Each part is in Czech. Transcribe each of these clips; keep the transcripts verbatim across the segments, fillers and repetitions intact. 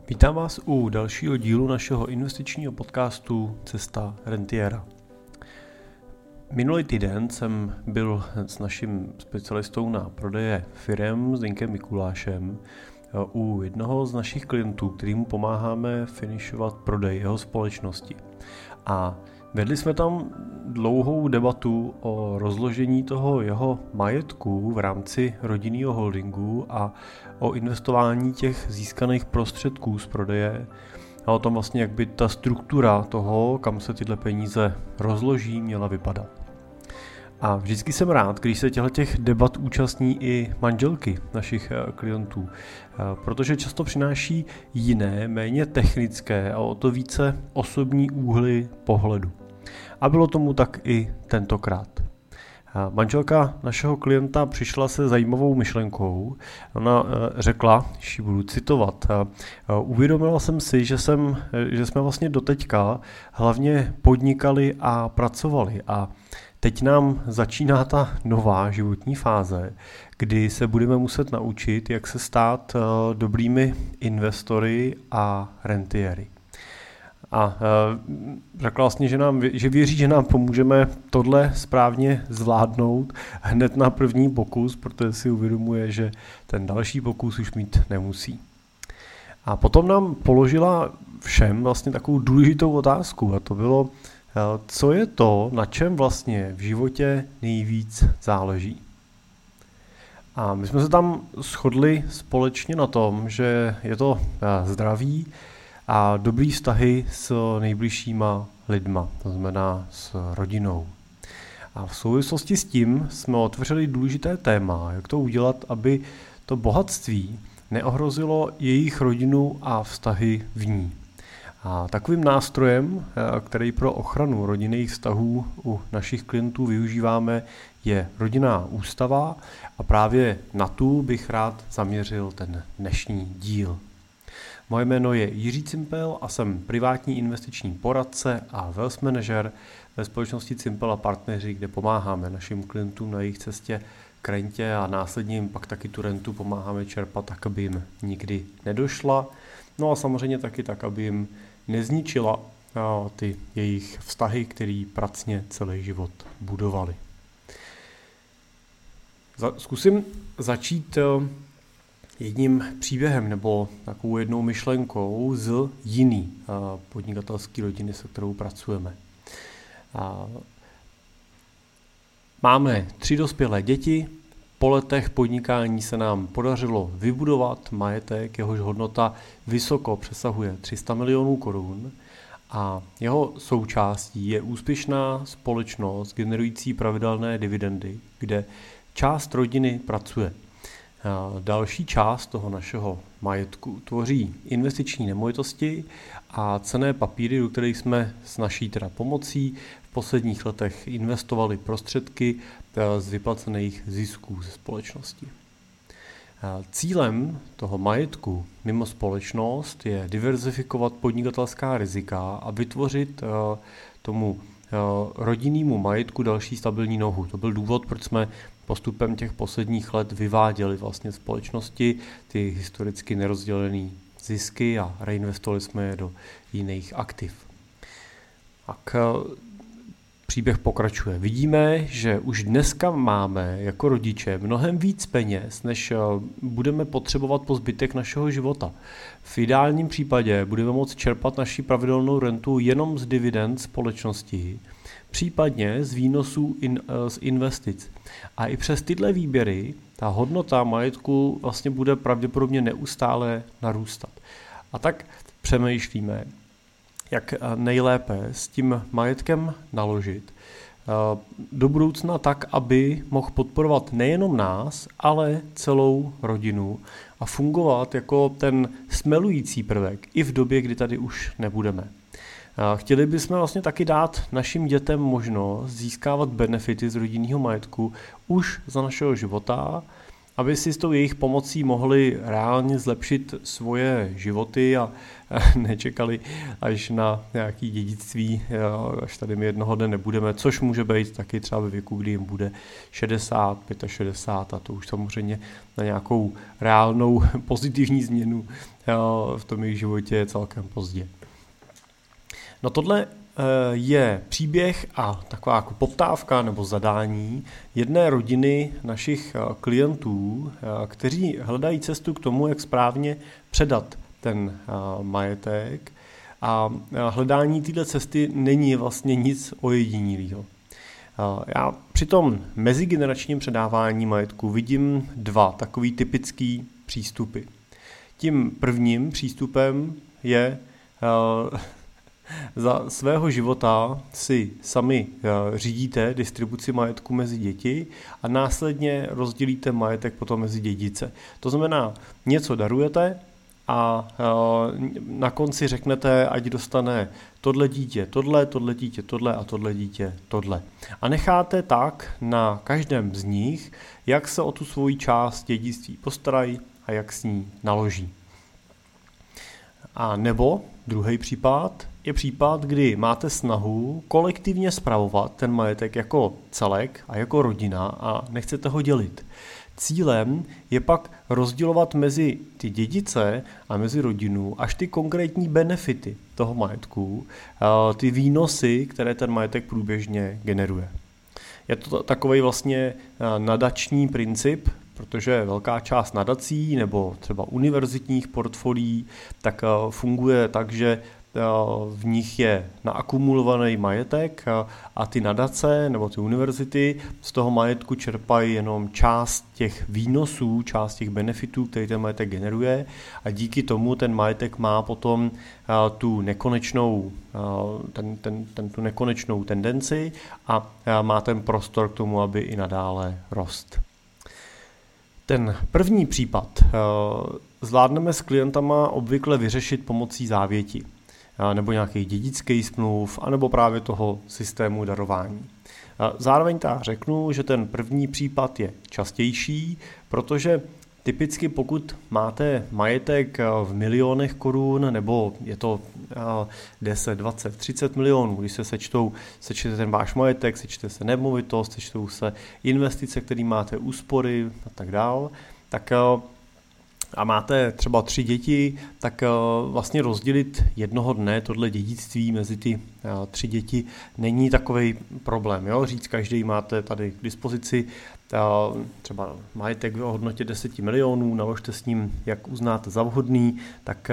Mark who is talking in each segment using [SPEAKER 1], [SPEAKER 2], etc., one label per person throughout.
[SPEAKER 1] Vítám vás u dalšího dílu našeho investičního podcastu Cesta rentiera. Minulý týden jsem byl s naším specialistou na prodeje firem Zdeňkem Mikulášem u jednoho z našich klientů, kterýmu pomáháme finišovat prodej jeho společnosti. A vedli jsme tam dlouhou debatu o rozložení toho jeho majetku v rámci rodinného holdingu a o investování těch získaných prostředků z prodeje a o tom vlastně, jak by ta struktura toho, kam se tyhle peníze rozloží, měla vypadat. A vždycky jsem rád, když se těch debat účastní i manželky našich klientů, protože často přináší jiné, méně technické a o to více osobní úhly pohledu. A bylo tomu tak i tentokrát. Manželka našeho klienta přišla se zajímavou myšlenkou. Ona řekla, že budu citovat, uvědomila jsem si, že, jsem, že jsme vlastně doteďka hlavně podnikali a pracovali a teď nám začíná ta nová životní fáze, kdy se budeme muset naučit, jak se stát dobrými investory a rentiéry. A řekla vlastně, že, nám, že věří, že nám pomůžeme tohle správně zvládnout hned na první pokus, protože si uvědomuje, že ten další pokus už mít nemusí. A potom nám položila všem vlastně takovou důležitou otázku a to bylo, co je to, na čem vlastně v životě nejvíc záleží. A my jsme se tam shodli společně na tom, že je to zdraví a dobrý vztahy s nejbližšíma lidma, to znamená s rodinou. A v souvislosti s tím jsme otevřeli důležité téma, jak to udělat, aby to bohatství neohrozilo jejich rodinu a vztahy v ní. A takovým nástrojem, který pro ochranu rodinných vztahů u našich klientů využíváme, je rodinná ústava a právě na tu bych rád zaměřil ten dnešní díl. Moje jméno je Jiří Cimpel a jsem privátní investiční poradce a wealth manager ve společnosti Cimpel a partneři, kde pomáháme našim klientům na jejich cestě k rentě a následně jim pak taky tu rentu pomáháme čerpat tak, aby jim nikdy nedošla. No a samozřejmě taky tak, aby jim nezničila ty jejich vztahy, které pracně celý život budovali. Zkusím začít jedním příběhem nebo takovou jednou myšlenkou z jiný podnikatelské rodiny, se kterou pracujeme. Máme tři dospělé děti, po letech podnikání se nám podařilo vybudovat majetek, jehož hodnota vysoko přesahuje tři sta milionů korun a jeho součástí je úspěšná společnost generující pravidelné dividendy, kde část rodiny pracuje. Další část toho našeho majetku tvoří investiční nemovitosti a cenné papíry, do kterých jsme s naší teda pomocí v posledních letech investovali prostředky z vyplacených zisků ze společnosti. Cílem toho majetku mimo společnost je diverzifikovat podnikatelská rizika a vytvořit tomu rodinnému majetku další stabilní nohu. To byl důvod, proč jsme postupem těch posledních let vyváděli vlastně společnosti ty historicky nerozdělené zisky a reinvestovali jsme je do jiných aktiv. Tak příběh pokračuje. Vidíme, že už dneska máme jako rodiče mnohem víc peněz, než budeme potřebovat po zbytek našeho života. V ideálním případě budeme moct čerpat naši pravidelnou rentu jenom z dividend společnosti, případně z výnosů in, z investic. A i přes tyhle výběry ta hodnota majetku vlastně bude pravděpodobně neustále narůstat. A tak přemýšlíme, jak nejlépe s tím majetkem naložit do budoucna tak, aby mohl podporovat nejenom nás, ale celou rodinu a fungovat jako ten smelující prvek i v době, kdy tady už nebudeme. Chtěli bychom vlastně taky dát našim dětem možnost získávat benefity z rodinného majetku už za našeho života aby si s tou jejich pomocí mohli reálně zlepšit svoje životy a nečekali až na nějaké dědictví, až tady my jednoho dne nebudeme, což může být taky třeba ve věku, kdy jim bude šedesát, šedesát pět a to už samozřejmě na nějakou reálnou pozitivní změnu v tom jejich životě je celkem pozdě. No tohle je příběh a taková jako poptávka nebo zadání jedné rodiny našich klientů, kteří hledají cestu k tomu, jak správně předat ten majetek, a hledání této cesty není vlastně nic ojedinělého. Já při tom mezigeneračním předávání majetku vidím dva takový typický přístupy. Tím prvním přístupem je za svého života si sami řídíte distribuci majetku mezi děti a následně rozdělíte majetek potom mezi dědice. To znamená, něco darujete a na konci řeknete, ať dostane tohle dítě, tohle, tohle dítě, tohle a tohle dítě, tohle. A necháte tak na každém z nich, jak se o tu svoji část dědictví postarají a jak s ní naloží. A nebo druhý případ je případ, kdy máte snahu kolektivně spravovat ten majetek jako celek a jako rodina a nechcete ho dělit. Cílem je pak rozdělovat mezi ty dědice a mezi rodinu až ty konkrétní benefity toho majetku, ty výnosy, které ten majetek průběžně generuje. Je to takový vlastně nadační princip, protože velká část nadací nebo třeba univerzitních portfolií tak funguje tak, že v nich je naakumulovaný majetek a ty nadace nebo ty univerzity z toho majetku čerpají jenom část těch výnosů, část těch benefitů, který ten majetek generuje, a díky tomu ten majetek má potom tu nekonečnou, ten, ten, ten, tu nekonečnou tendenci a má ten prostor k tomu, aby i nadále rost. Ten první případ zvládneme s klientama obvykle vyřešit pomocí závěti nebo nějakých dědických smluv, anebo právě toho systému darování. Zároveň tak řeknu, že ten první případ je častější, protože typicky pokud máte majetek v milionech korun, nebo je to deset, dvacet, třicet milionů, když se sečtou, sečtete ten váš majetek, sečte se nemovitost, sečtou se investice, které máte, úspory a tak dál, tak a máte třeba tři děti, tak vlastně rozdělit jednoho dne tohle dědictví mezi ty tři děti není takový problém. Jo? Říct, každý máte tady k dispozici třeba majetek v hodnotě deset milionů, naložte s ním, jak uznáte za vhodný, tak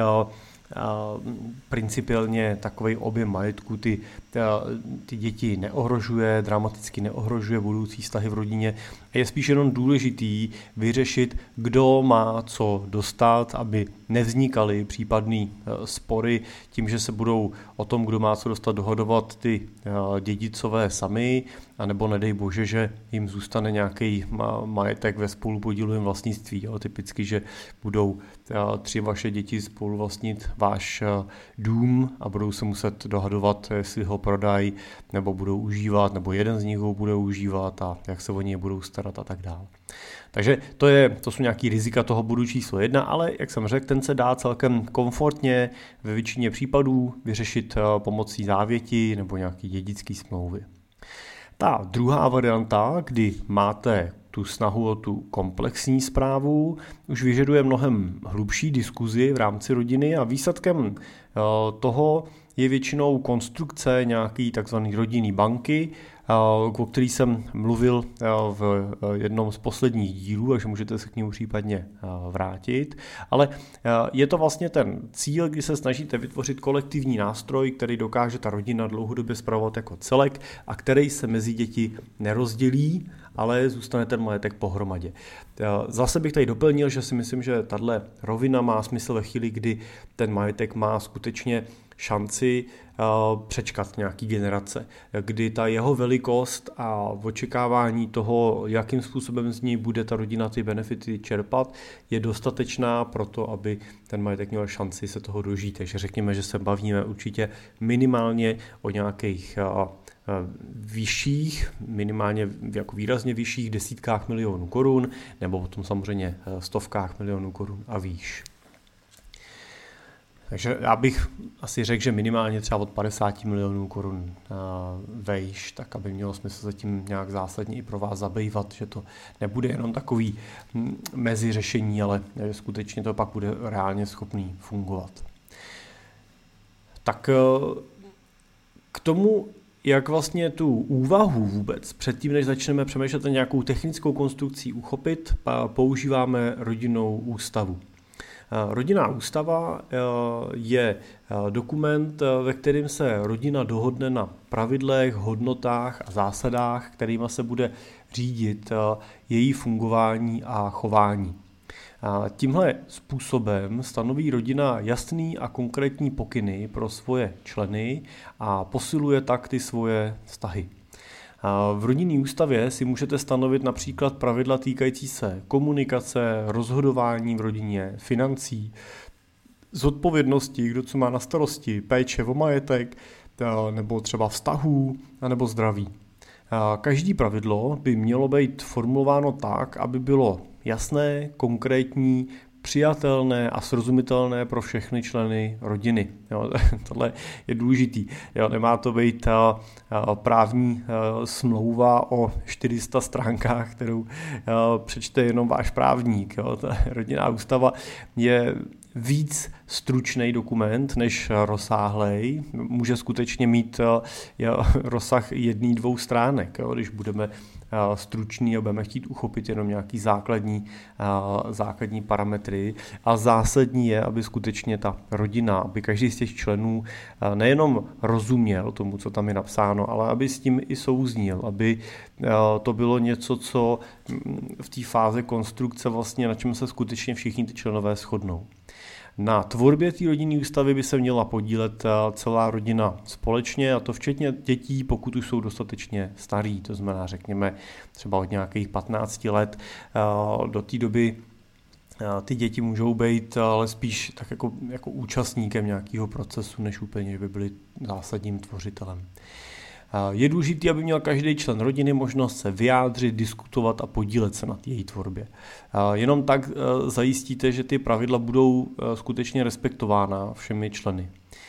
[SPEAKER 1] principiálně takový objem majetku ty, ty děti neohrožuje, dramaticky neohrožuje budoucí vztahy v rodině. Je spíš jenom důležitý vyřešit, kdo má co dostat, aby nevznikaly případné spory tím, že se budou o tom, kdo má co dostat, dohodovat ty dědicové sami, anebo nedej bože, že jim zůstane nějaký majetek ve spolupodílovém vlastnictví. Jo. Typicky, že budou tři vaše děti spoluvlastnit váš dům a budou se muset dohadovat, jestli ho prodají, nebo budou užívat, nebo jeden z nich ho bude užívat a jak se o něj budou starat a tak dále. Takže to, je, to jsou nějaký rizika toho bodu číslo jedna, ale jak jsem řekl, ten se dá celkem komfortně ve většině případů vyřešit pomocí závěti nebo nějaký dědický smlouvy. Ta druhá varianta, kdy máte tu snahu o tu komplexní správu, už vyžaduje mnohem hlubší diskuzi v rámci rodiny a výsledkem toho je většinou konstrukce nějaký takzvaný rodinný banky, o který jsem mluvil v jednom z posledních dílů, takže můžete se k němu případně vrátit. Ale je to vlastně ten cíl, kdy se snažíte vytvořit kolektivní nástroj, který dokáže ta rodina dlouhodobě spravovat jako celek a který se mezi děti nerozdělí, ale zůstane ten majetek pohromadě. Zase bych tady doplnil, že si myslím, že tahle rovina má smysl ve chvíli, kdy ten majetek má skutečně šanci přečkat nějaký generace, kdy ta jeho velikost a očekávání toho, jakým způsobem z ní bude ta rodina ty benefity čerpat, je dostatečná pro to, aby ten majetek měl šanci se toho dožít. Takže řekněme, že se bavíme určitě minimálně o nějakých vyšších, minimálně jako výrazně vyšších desítkách milionů korun, nebo potom samozřejmě stovkách milionů korun a výš. Takže já bych asi řekl, že minimálně třeba od padesát milionů korun vejš, tak aby mělo smysl se tím nějak zásadně i pro vás zabývat, že to nebude jenom takový meziřešení, ale že skutečně to pak bude reálně schopný fungovat. Tak k tomu, jak vlastně tu úvahu vůbec, předtím, než začneme přemýšlet na nějakou technickou konstrukcí uchopit, používáme rodinnou ústavu. Rodinná ústava je dokument, ve kterém se rodina dohodne na pravidlech, hodnotách a zásadách, kterými se bude řídit její fungování a chování. Tímhle způsobem stanoví rodina jasný a konkrétní pokyny pro svoje členy a posiluje tak ty svoje vztahy. V rodinné ústavě si můžete stanovit například pravidla týkající se komunikace, rozhodování v rodině, financí, zodpovědnosti, kdo co má na starosti, péče o majetek, nebo třeba vztahů, nebo zdraví. Každý pravidlo by mělo být formulováno tak, aby bylo jasné, konkrétní, přijatelné a srozumitelné pro všechny členy rodiny. Jo, tohle je důležitý. Jo, nemá to být ta právní smlouva o čtyři sta stránkách, kterou přečte jenom váš právník. Jo. Ta rodinná ústava je víc stručný dokument než rozsáhlej. Může skutečně mít rozsah jedný, dvou stránek, jo, když budeme stručný a budeme chtít uchopit jenom nějaký základní, základní parametry. A zásadní je, aby skutečně ta rodina, aby každý z těch členů nejenom rozuměl tomu, co tam je napsáno, ale aby s tím i souznil, aby to bylo něco, co v té fázi konstrukce vlastně, na čem se skutečně všichni ty členové shodnou. Na tvorbě té rodinné ústavy by se měla podílet celá rodina společně, a to včetně dětí, pokud už jsou dostatečně starý, to znamená, řekněme, třeba od nějakých patnácti let. Do té doby ty děti můžou být ale spíš tak jako, jako účastníkem nějakého procesu, než úplně, že by byli zásadním tvořitelem. Je důležité, aby měl každý člen rodiny možnost se vyjádřit, diskutovat a podílet se na její tvorbě. Jenom tak zajistíte, že ty pravidla budou skutečně respektována všemi členy.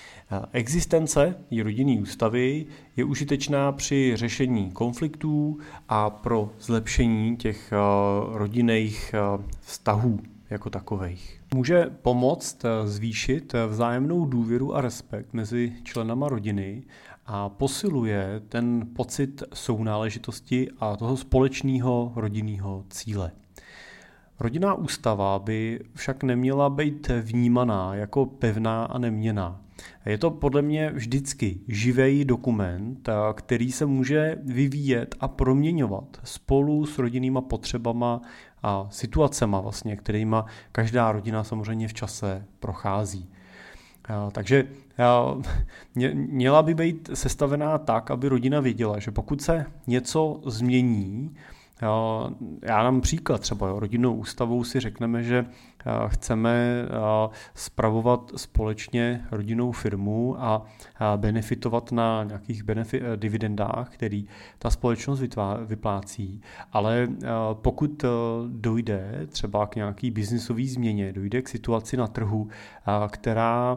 [SPEAKER 1] Existence rodinné ústavy je užitečná při řešení konfliktů a pro zlepšení těch rodinných vztahů jako takových. Může pomoct zvýšit vzájemnou důvěru a respekt mezi členama rodiny a posiluje ten pocit sounáležitosti a toho společného rodinného cíle. Rodinná ústava by však neměla být vnímaná jako pevná a neměnná. Je to podle mě vždycky živý dokument, který se může vyvíjet a proměňovat spolu s rodinnýma potřebama a situacema, vlastně, kterýma každá rodina samozřejmě v čase prochází. Takže měla by být sestavená tak, aby rodina věděla, že pokud se něco změní, já dám příklad, třeba jo, rodinnou ústavou si řekneme, že chceme spravovat společně rodinnou firmu a benefitovat na nějakých benefi- dividendách, který ta společnost vytvá- vyplácí. Ale pokud dojde třeba k nějaký biznisové změně, dojde k situaci na trhu, která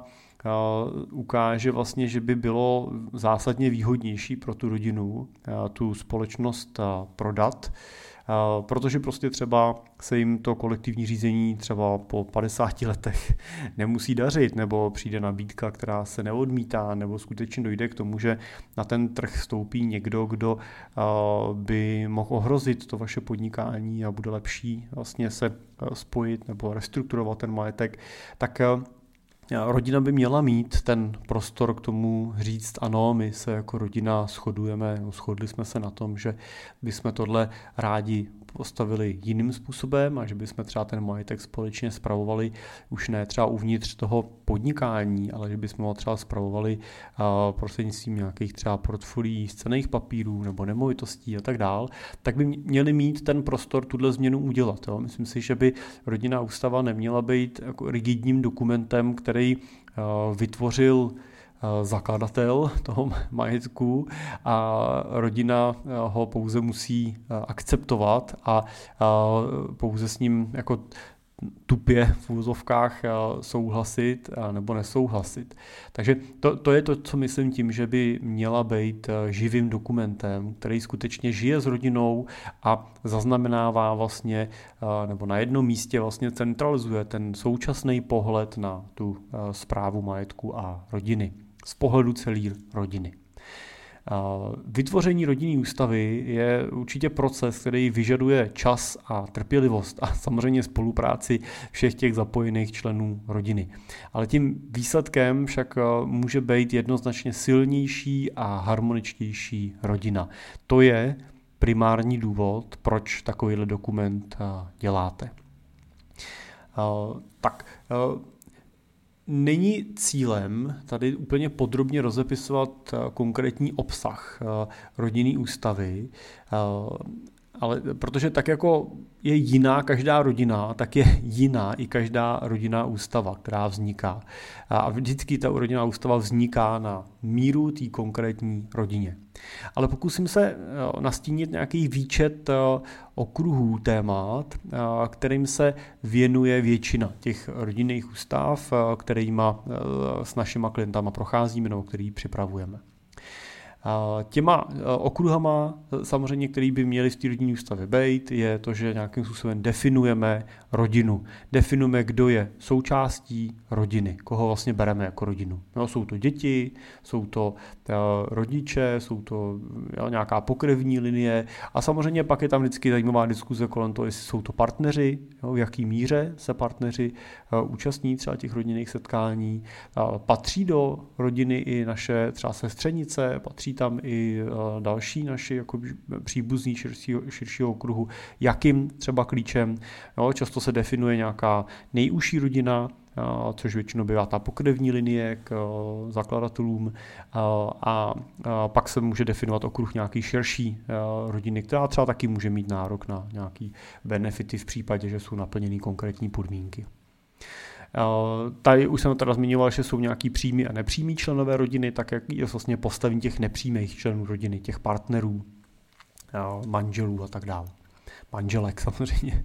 [SPEAKER 1] ukáže vlastně, že by bylo zásadně výhodnější pro tu rodinu tu společnost prodat, protože prostě třeba se jim to kolektivní řízení třeba po padesáti letech nemusí dařit, nebo přijde nabídka, která se neodmítá, nebo skutečně dojde k tomu, že na ten trh vstoupí někdo, kdo by mohl ohrozit to vaše podnikání a bude lepší vlastně se spojit nebo restrukturovat ten majetek, tak rodina by měla mít ten prostor k tomu říct, ano, my se jako rodina shodujeme, shodli jsme se na tom, že bychom tohle rádi postavili jiným způsobem a že bychom třeba ten majetek společně spravovali už ne třeba uvnitř toho podnikání, ale že bychom ho třeba spravovali prostřednictvím nějakých třeba portfolií z cenných papírů nebo nemovitostí a tak dál, tak by měli mít ten prostor tuhle změnu udělat. Jo. Myslím si, že by rodinná ústava neměla být jako rigidním dokumentem, který vytvořil zakladatel toho majetku a rodina ho pouze musí akceptovat a pouze s ním jako tupě v úvozovkách souhlasit nebo nesouhlasit. Takže to, to je to, co myslím tím, že by měla být živým dokumentem, který skutečně žije s rodinou a zaznamenává vlastně, nebo na jednom místě vlastně centralizuje ten současný pohled na tu správu majetku a rodiny. Z pohledu celé rodiny. Vytvoření rodinné ústavy je určitě proces, který vyžaduje čas a trpělivost a samozřejmě spolupráci všech těch zapojených členů rodiny. Ale tím výsledkem však může být jednoznačně silnější a harmoničtější rodina. To je primární důvod, proč takovýhle dokument děláte. Tak, není cílem tady úplně podrobně rozepisovat konkrétní obsah rodinné ústavy, ale protože tak jako je jiná každá rodina, tak je jiná i každá rodinná ústava, která vzniká. A vždycky ta rodinná ústava vzniká na míru té konkrétní rodině. Ale pokusím se nastínit nějaký výčet okruhů témat, kterým se věnuje většina těch rodinných ústav, kterýma s našima klientama procházíme nebo který připravujeme. Těma okruhama samozřejmě, který by měly v té rodinné ústavě být, je to, že nějakým způsobem definujeme rodinu. Definujeme, kdo je součástí rodiny, koho vlastně bereme jako rodinu. No, jsou to děti, jsou to rodiče, jsou to jo, nějaká pokrevní linie a samozřejmě pak je tam vždycky zajímavá diskuze kolem toho, jestli jsou to partneři, jo, v jaký míře se partneři účastní třeba těch rodinných setkání. Patří do rodiny i naše třeba sestřenice, patří tam i další naši jako příbuzní širšího, širšího okruhu, jakým třeba klíčem. Jo, často se definuje nějaká nejužší rodina, což většinou bývá ta pokrevní linie k zakladatelům a pak se může definovat okruh nějaký širší rodiny, která třeba taky může mít nárok na nějaký benefity v případě, že jsou naplněny konkrétní podmínky. Tady už jsem teda zmiňoval, že jsou nějaký přímí a nepřímí členové rodiny, tak jak je vlastně postavení těch nepřímých členů rodiny, těch partnerů, manželů a tak dále. Manželek samozřejmě.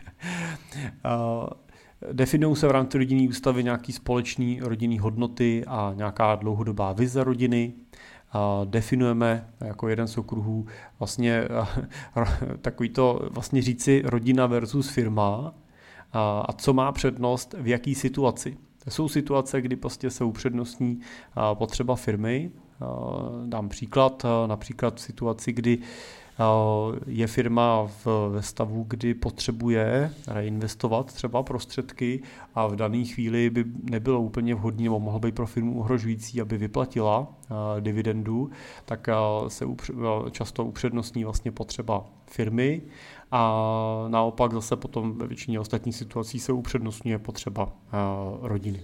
[SPEAKER 1] Definují se v rámci rodinné ústavy nějaké společné rodinné hodnoty a nějaká dlouhodobá vize rodiny. Definujeme jako jeden z okruhů vlastně takový to vlastně říci rodina versus firma, a co má přednost v jaký situaci. To jsou situace, kdy prostě se upřednostní potřeba firmy. Dám příklad, například v situaci, kdy je firma v, ve stavu, kdy potřebuje reinvestovat třeba prostředky a v dané chvíli by nebylo úplně vhodné nebo mohlo být pro firmu ohrožující, aby vyplatila dividendu, tak se upř- často upřednostní vlastně potřeba firmy a naopak zase potom ve většině ostatních situací se upřednostňuje potřeba rodiny.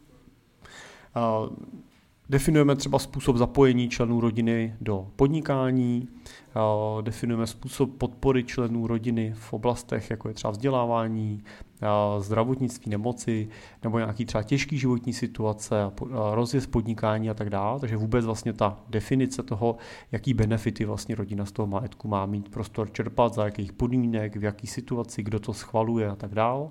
[SPEAKER 1] Definujeme třeba způsob zapojení členů rodiny do podnikání, definujeme způsob podpory členů rodiny v oblastech, jako je třeba vzdělávání, zdravotnictví, nemoci, nebo nějaký třeba těžký životní situace, rozjezd podnikání a tak dále. Takže vůbec vlastně ta definice toho, jaký benefity vlastně rodina z toho majetku má mít prostor čerpat, za jakých podmínek, v jaký situaci, kdo to schvaluje a tak dále.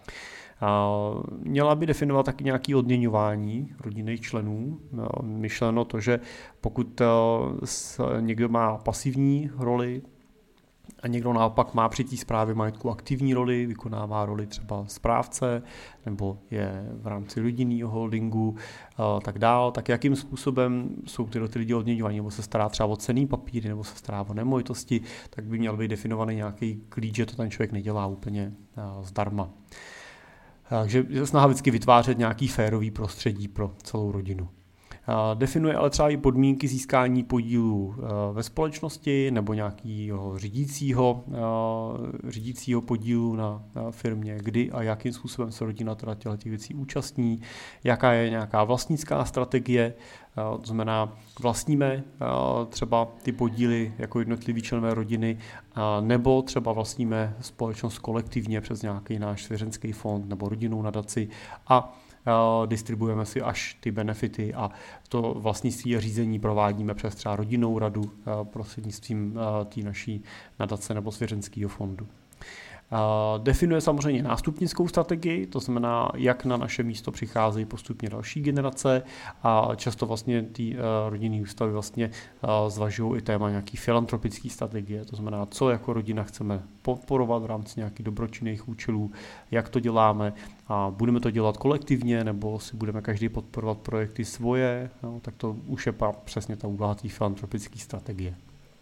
[SPEAKER 1] Měla by definovat taky nějaké odměňování rodinných členů. Myšleno to, že pokud někdo má pasivní roli a někdo naopak má při té správě majetku aktivní roli, vykonává roli třeba správce nebo je v rámci rodinného holdingu tak dál, tak jakým způsobem jsou tyhle ty lidi odměňovaní, nebo se stará třeba o cenný papíry, nebo se stará o nemovitosti, tak by měl být definovaný nějaký klíč, že to ten člověk nedělá úplně zdarma. Takže je snaha vždycky vytvářet nějaký férový prostředí pro celou rodinu. Definuje ale třeba i podmínky získání podílu ve společnosti nebo nějakého řídícího, řídícího podílu na firmě, kdy a jakým způsobem se rodina teda těch věcí účastní, jaká je nějaká vlastnická strategie, to znamená vlastníme třeba ty podíly jako jednotliví členové rodiny, nebo třeba vlastníme společnost kolektivně přes nějaký náš svěřenský fond nebo rodinnou nadaci a distribuujeme si až ty benefity a to vlastnictví a řízení provádíme přes třeba rodinnou radu prostřednictvím té naší nadace nebo svěřenského fondu. Definuje samozřejmě nástupnickou strategii, to znamená, jak na naše místo přicházejí postupně další generace a často vlastně ty rodinné ústavy vlastně zvažují i téma nějaký filantropický strategie, to znamená, co jako rodina chceme podporovat v rámci nějakých dobročinných účelů, jak to děláme a budeme to dělat kolektivně nebo si budeme každý podporovat projekty svoje, no, tak to už je přesně ta úvaha té filantropické strategie.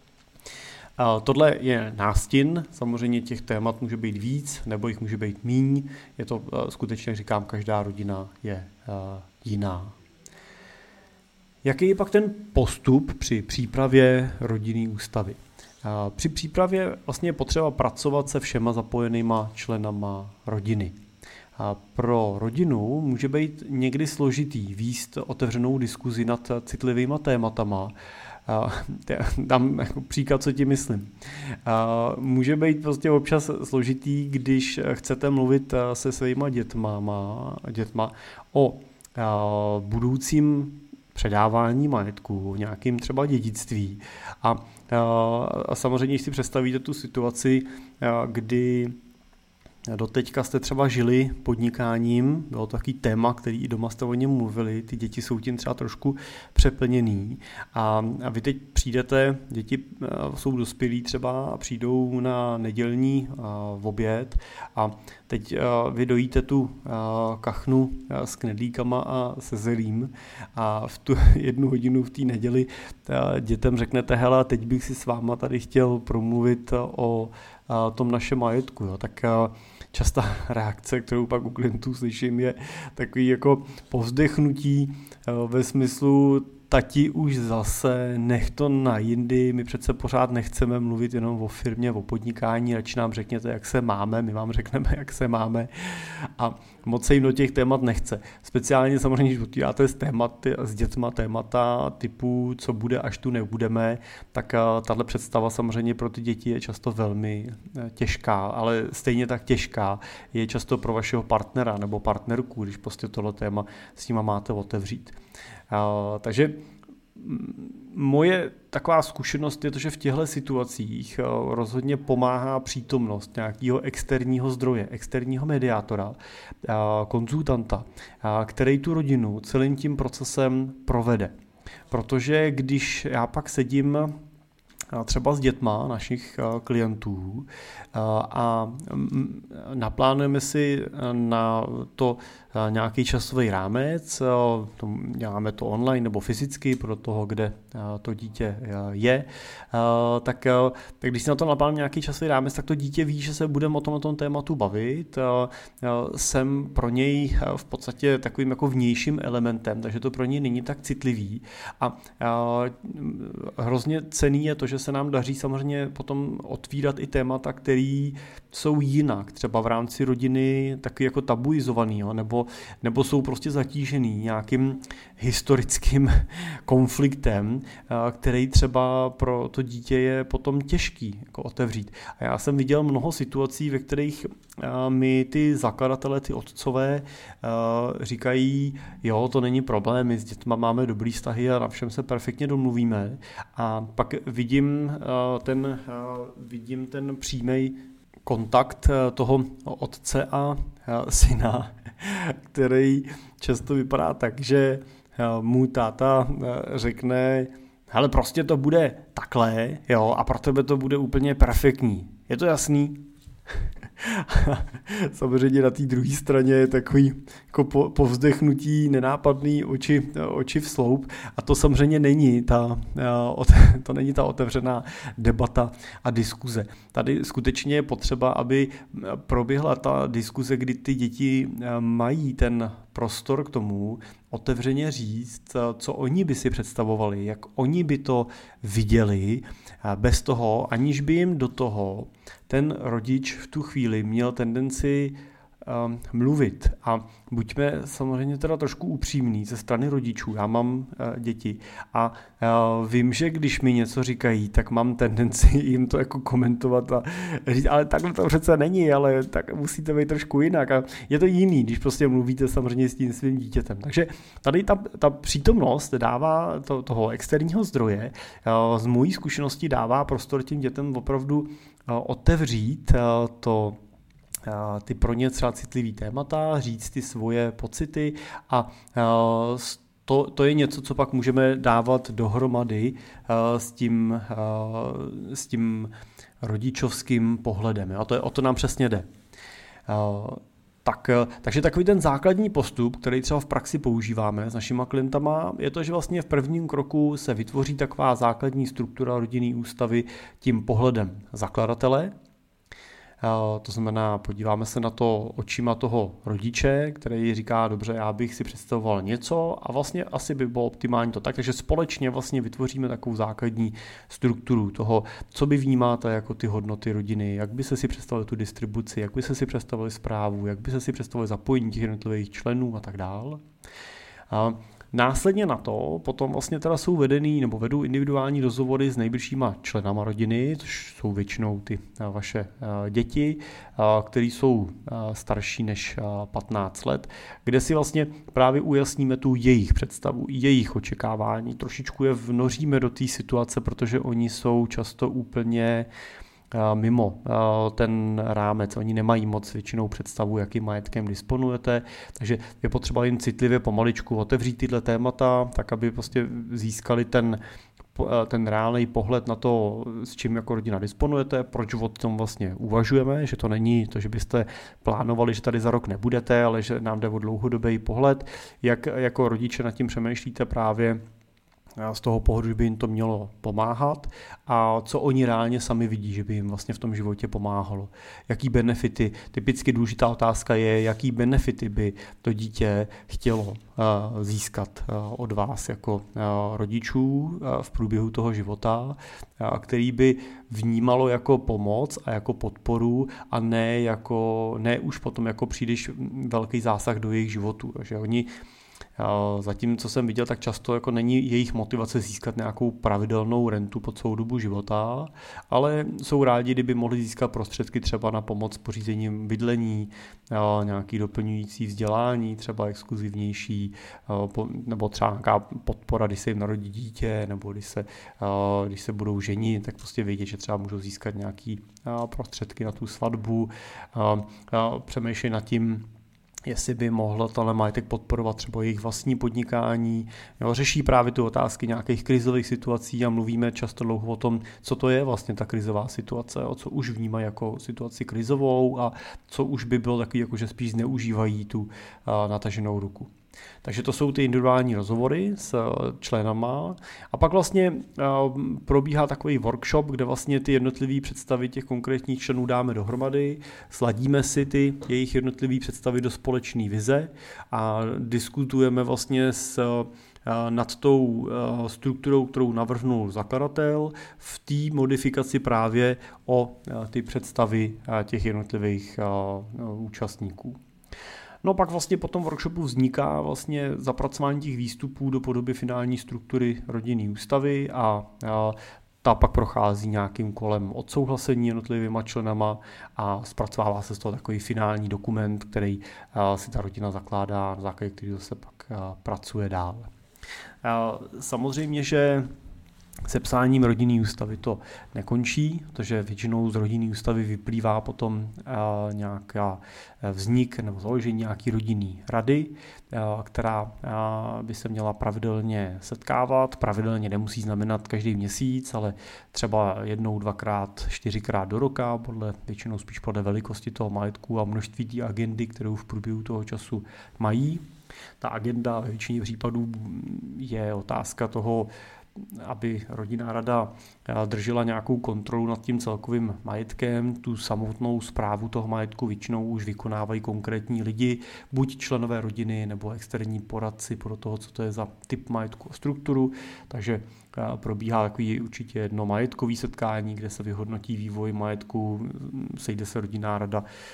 [SPEAKER 1] Tohle je nástin, samozřejmě těch témat může být víc, nebo jich může být míň, je to skutečně, jak říkám, každá rodina je jiná. Jaký je pak ten postup při přípravě rodinné ústavy? Při přípravě vlastně je potřeba pracovat se všema zapojenýma členama rodiny. Pro rodinu může být někdy složitý vést otevřenou diskuzi nad citlivýma tématama. Dám jako příklad, co ti myslím. Může být prostě občas složitý, když chcete mluvit se svýma dětma, dětma o budoucím předávání majetku, nějakým třeba dědictví. A, a samozřejmě, když si představíte tu situaci, kdy doteďka jste třeba žili podnikáním, bylo to takový téma, který i doma jste o něm mluvili, ty děti jsou tím třeba trošku přeplněný a, a vy teď přijdete, děti jsou dospělí třeba a přijdou na nedělní a, oběd a teď a, vy dojíte tu a, kachnu a, s knedlíkama a se zelím a v tu jednu hodinu v té neděli a, dětem řeknete, hele, teď bych si s váma tady chtěl promluvit o a, tom našem majetku, jo. Tak a, častá reakce, kterou pak u klientů slyším, je takový jako povzdechnutí ve smyslu tati už zase, nech to na jindy, my přece pořád nechceme mluvit jenom o firmě, o podnikání, radši nám řekněte, jak se máme, my vám řekneme, jak se máme a moc se jim do těch témat nechce. Speciálně samozřejmě, když otvíráte s, tématy, s dětma témata typu, co bude, až tu nebudeme, tak tahle představa samozřejmě pro ty děti je často velmi těžká, ale stejně tak těžká je často pro vašeho partnera nebo partnerku, když prostě tohle téma s nima máte otevřít. Uh, takže moje taková zkušenost je to, že v těchto situacích uh, rozhodně pomáhá přítomnost nějakého externího zdroje, externího mediátora, uh, konzultanta, uh, který tu rodinu celým tím procesem provede. Protože když já pak sedím třeba s dětma našich klientů a naplánujeme si na to nějaký časový rámec, děláme to online nebo fyzicky pro toho, kde to dítě je, tak, tak když si na to naplánujeme nějaký časový rámec, tak to dítě ví, že se budeme o tom, o tom tématu bavit. Jsem pro něj v podstatě takovým jako vnějším elementem, takže to pro něj není tak citlivý a hrozně cenný je to, že se nám daří samozřejmě potom otvírat i témata, které jsou jinak, třeba v rámci rodiny taky jako tabuizovaný, jo, nebo, nebo jsou prostě zatížený nějakým historickým konfliktem, který třeba pro to dítě je potom těžký jako otevřít. A já jsem viděl mnoho situací, ve kterých mi ty zakladatelé, ty otcové říkají, jo, to není problém, my s dětma máme dobrý vztahy a na všem se perfektně domluvíme. A pak vidím ten, vidím ten přímý kontakt toho otce a syna, který často vypadá tak, že můj táta řekne, hele, prostě to bude takhle, jo, a pro tebe to bude úplně perfektní. Je to jasný? Samozřejmě na té druhé straně je takový jako po, povzdechnutí, nenápadný oči, oči v sloup a to samozřejmě není ta, to není ta otevřená debata a diskuze. Tady skutečně je potřeba, aby proběhla ta diskuze, kdy ty děti mají ten prostor k tomu otevřeně říct, co oni by si představovali, jak oni by to viděli, bez toho, aniž by jim do toho ten rodič v tu chvíli měl tendenci um, mluvit a buďme samozřejmě teda trošku upřímní ze strany rodičů. Já mám uh, děti a uh, vím, že když mi něco říkají, tak mám tendenci jim to jako komentovat a říct, ale takhle to přece není, ale tak musíte být trošku jinak a je to jiný, když prostě mluvíte samozřejmě s tím svým dítětem. Takže tady ta, ta přítomnost dává to, toho externího zdroje, uh, z mojí zkušenosti dává prostor těm dětem opravdu uh, otevřít uh, to ty pro ně třeba citlivý témata, říct ty svoje pocity a to, to je něco, co pak můžeme dávat dohromady s tím, s tím rodičovským pohledem. A to je, o to nám přesně jde. Tak, takže takový ten základní postup, který třeba v praxi používáme s našima klientama, je to, že vlastně v prvním kroku se vytvoří taková základní struktura rodinné ústavy tím pohledem zakladatele. To znamená, podíváme se na to očima toho rodiče, který říká, dobře, já bych si představoval něco a vlastně asi by bylo optimální to tak, takže společně vlastně vytvoříme takovou základní strukturu toho, co by vnímáte jako ty hodnoty rodiny, jak by se si představili tu distribuci, jak by se si představili správu, jak by se si představili zapojení těch jednotlivých členů a tak dál. Následně na to potom vlastně teda jsou vedený nebo vedou individuální rozhovory s nejbližšíma členama rodiny, což jsou většinou ty vaše děti, které jsou starší než patnáct let, kde si vlastně právě ujasníme tu jejich představu, jejich očekávání, trošičku je vnoříme do té situace, protože oni jsou často úplně mimo ten rámec. Oni nemají moc většinou představu, jakým majetkem disponujete, takže je potřeba jim citlivě pomaličku otevřít tyhle témata, tak aby prostě získali ten, ten reálný pohled na to, s čím jako rodina disponujete, proč o tom vlastně uvažujeme, že to není to, že byste plánovali, že tady za rok nebudete, ale že nám jde o dlouhodobý pohled, jak jako rodiče nad tím přemýšlíte právě z toho pohledu, že by jim to mělo pomáhat a co oni reálně sami vidí, že by jim vlastně v tom životě pomáhalo. Jaký benefity, typicky důležitá otázka je, jaký benefity by to dítě chtělo získat od vás jako rodičů v průběhu toho života, který by vnímalo jako pomoc a jako podporu a ne, jako, ne už potom jako příliš velký zásah do jejich životů. Že oni zatím, co jsem viděl, tak často jako není jejich motivace získat nějakou pravidelnou rentu po celou dobu života, ale jsou rádi, kdyby mohli získat prostředky třeba na pomoc s pořízením bydlení, nějaký doplňující vzdělání, třeba exkluzivnější, nebo třeba nějaká podpora, když se jim narodí dítě, nebo když se, když se budou ženit, tak prostě vědět, že třeba můžou získat nějaký prostředky na tu svatbu, přemýšlej nad tím, jestli by mohlo tenhle majetek podporovat třeba jejich vlastní podnikání. Jo, řeší právě tu otázky nějakých krizových situací a mluvíme často dlouho o tom, co to je vlastně ta krizová situace, o co už vnímají jako situaci krizovou a co už by bylo takový, jako že spíš zneužívají tu uh, nataženou ruku. Takže to jsou ty individuální rozhovory s členama a pak vlastně probíhá takový workshop, kde vlastně ty jednotlivé představy těch konkrétních členů dáme dohromady, sladíme si ty jejich jednotlivé představy do společné vize a diskutujeme vlastně s nad tou strukturou, kterou navrhnul zakladatel v té modifikaci právě o ty představy těch jednotlivých účastníků. No pak vlastně po tom workshopu vzniká vlastně zapracování těch výstupů do podoby finální struktury rodinné ústavy a, a ta pak prochází nějakým kolem odsouhlasení jednotlivýma členama a zpracovává se z toho takový finální dokument, který a, si ta rodina zakládá, na základě kterého se pak a, pracuje dál. A, samozřejmě, že sepsáním rodinné ústavy to nekončí, protože většinou z rodinné ústavy vyplývá potom nějaká vznik nebo založení nějaký rodinný rady, která by se měla pravidelně setkávat. Pravidelně nemusí znamenat každý měsíc, ale třeba jednou, dvakrát, čtyřikrát do roka, podle, většinou spíš podle velikosti toho majetku a množství té agendy, kterou v průběhu toho času mají. Ta agenda ve většině případů je otázka toho, aby rodinná rada držela nějakou kontrolu nad tím celkovým majetkem, tu samotnou správu toho majetku většinou už vykonávají konkrétní lidi, buď členové rodiny nebo externí poradci podle toho, co to je za typ majetku a strukturu, takže probíhá takový určitě jedno majetkový setkání, kde se vyhodnotí vývoj majetku, sejde se rodinná rada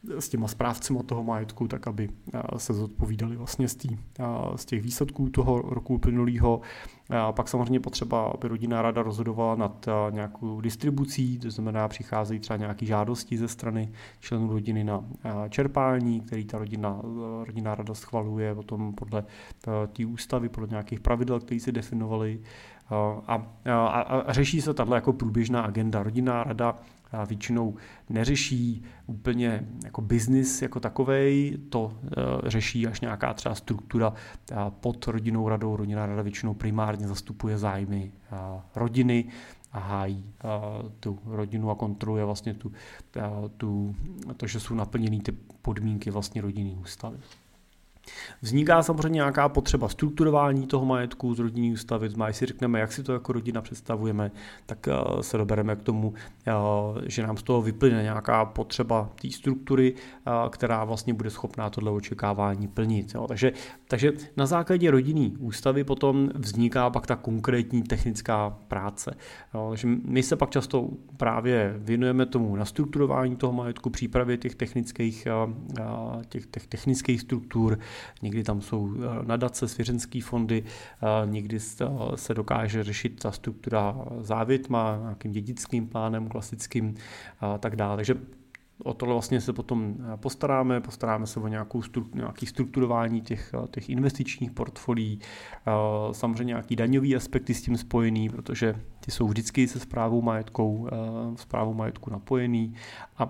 [SPEAKER 2] s těma správcima toho majetku, tak aby se zodpovídali vlastně z, tý, z těch výsledků toho roku uplynulého. Pak samozřejmě potřeba, aby rodinná rada rozhodovala nad nějakou distribucí, to znamená přicházejí třeba nějaké žádosti ze strany členů rodiny na čerpání, který ta rodina, rodinná rada schvaluje potom podle té ústavy, podle nějakých pravidel, které si definovali. A, a, a řeší se tato jako průběžná agenda. Rodinná rada většinou neřeší úplně jako biznis jako takovej, to uh, řeší až nějaká třeba struktura uh, pod rodinnou radou. Rodinná rada většinou primárně zastupuje zájmy uh, rodiny a hájí uh, tu rodinu a kontroluje vlastně tu, uh, tu, to, že jsou naplněny ty podmínky vlastně rodinné ústavy. Vzniká samozřejmě nějaká potřeba strukturování toho majetku z rodinné ústavy, když si řekneme, jak si to jako rodina představujeme, tak se dobereme k tomu, že nám z toho vyplyne nějaká potřeba té struktury, která vlastně bude schopná tohle očekávání plnit. Takže, takže na základě rodinné ústavy potom vzniká pak ta konkrétní technická práce. Takže my se pak často právě věnujeme tomu nastrukturování toho majetku, přípravě těch technických, těch, těch technických struktur. Někdy tam jsou nadace, svěřenský fondy, někdy se dokáže řešit ta struktura závětma, nějakým dědickým plánem klasickým a tak dále. Takže o tohle vlastně se potom postaráme, postaráme se o nějakou stru, nějaký strukturování těch, těch investičních portfolií, samozřejmě nějaký daňový aspekty s tím spojený, protože ty jsou vždycky se správou majetkou, správou majetku napojený a, a,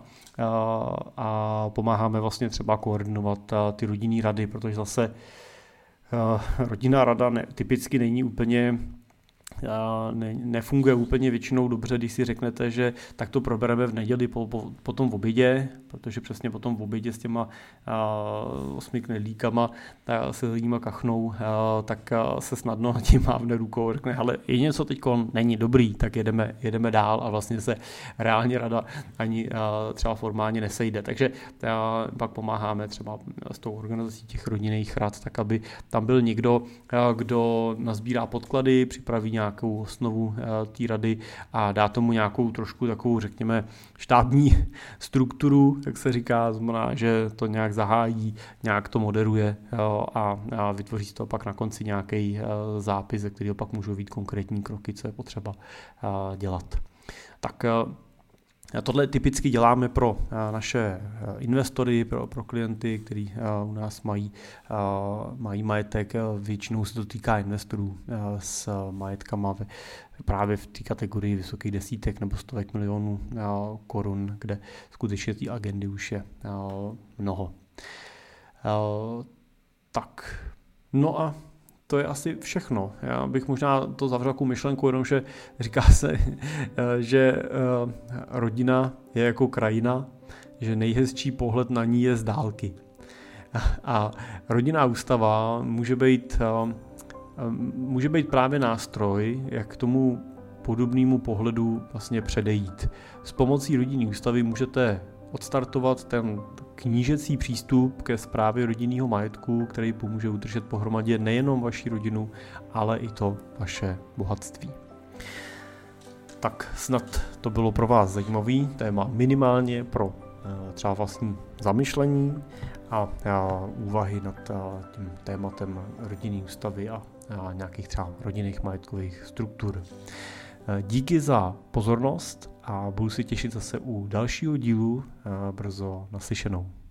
[SPEAKER 2] a pomáháme vlastně třeba koordinovat ty rodinné rady, protože zase rodinná rada ne, typicky není úplně Ne, nefunguje úplně většinou dobře, když si řeknete, že tak to probereme v neděli po, po, potom v obědě, protože přesně potom v obědě s těma uh, osmi knedlíkama uh, se lidíma kachnou, uh, tak uh, se snadno nad tím mávne rukou, řekne, ale je něco teďko není dobrý, tak jedeme, jedeme dál a vlastně se reálně rada ani uh, třeba formálně nesejde. Takže uh, pak pomáháme třeba s tou organizací těch rodinných rad, tak aby tam byl někdo, uh, kdo nazbírá podklady, připraví nějakou osnovu té rady a dá tomu nějakou trošku takovou, řekněme, štábní strukturu, jak se říká, znamená, že to nějak zahájí, nějak to moderuje a, a vytvoří si to pak na konci nějaký zápis, ze kterého pak můžou být konkrétní kroky, co je potřeba dělat. Tak tohle typicky děláme pro naše investory, pro, pro klienty, kteří u nás mají, mají majetek. Většinou se to týká investorů s majetkama právě v té kategorii vysokých desítek nebo stovek milionů korun, kde skutečně té agendy už je mnoho. Tak, no a to je asi všechno. Já bych možná to zavřel jako myšlenku, jenom že říká se, že rodina je jako krajina, že nejhezčí pohled na ní je z dálky. A rodinná ústava může být, může být právě nástroj, jak k tomu podobnému pohledu vlastně předejít. S pomocí rodinné ústavy můžete odstartovat ten knížecí přístup ke správě rodinného majetku, který pomůže udržet pohromadě nejenom vaši rodinu, ale i to vaše bohatství. Tak snad to bylo pro vás zajímavý téma minimálně pro třeba vlastní zamyšlení a, a úvahy nad tím tématem rodinné ústavy a, a nějakých třeba rodinných majetkových struktur. Díky za pozornost a budu se těšit zase u dalšího dílu brzo naslyšenou.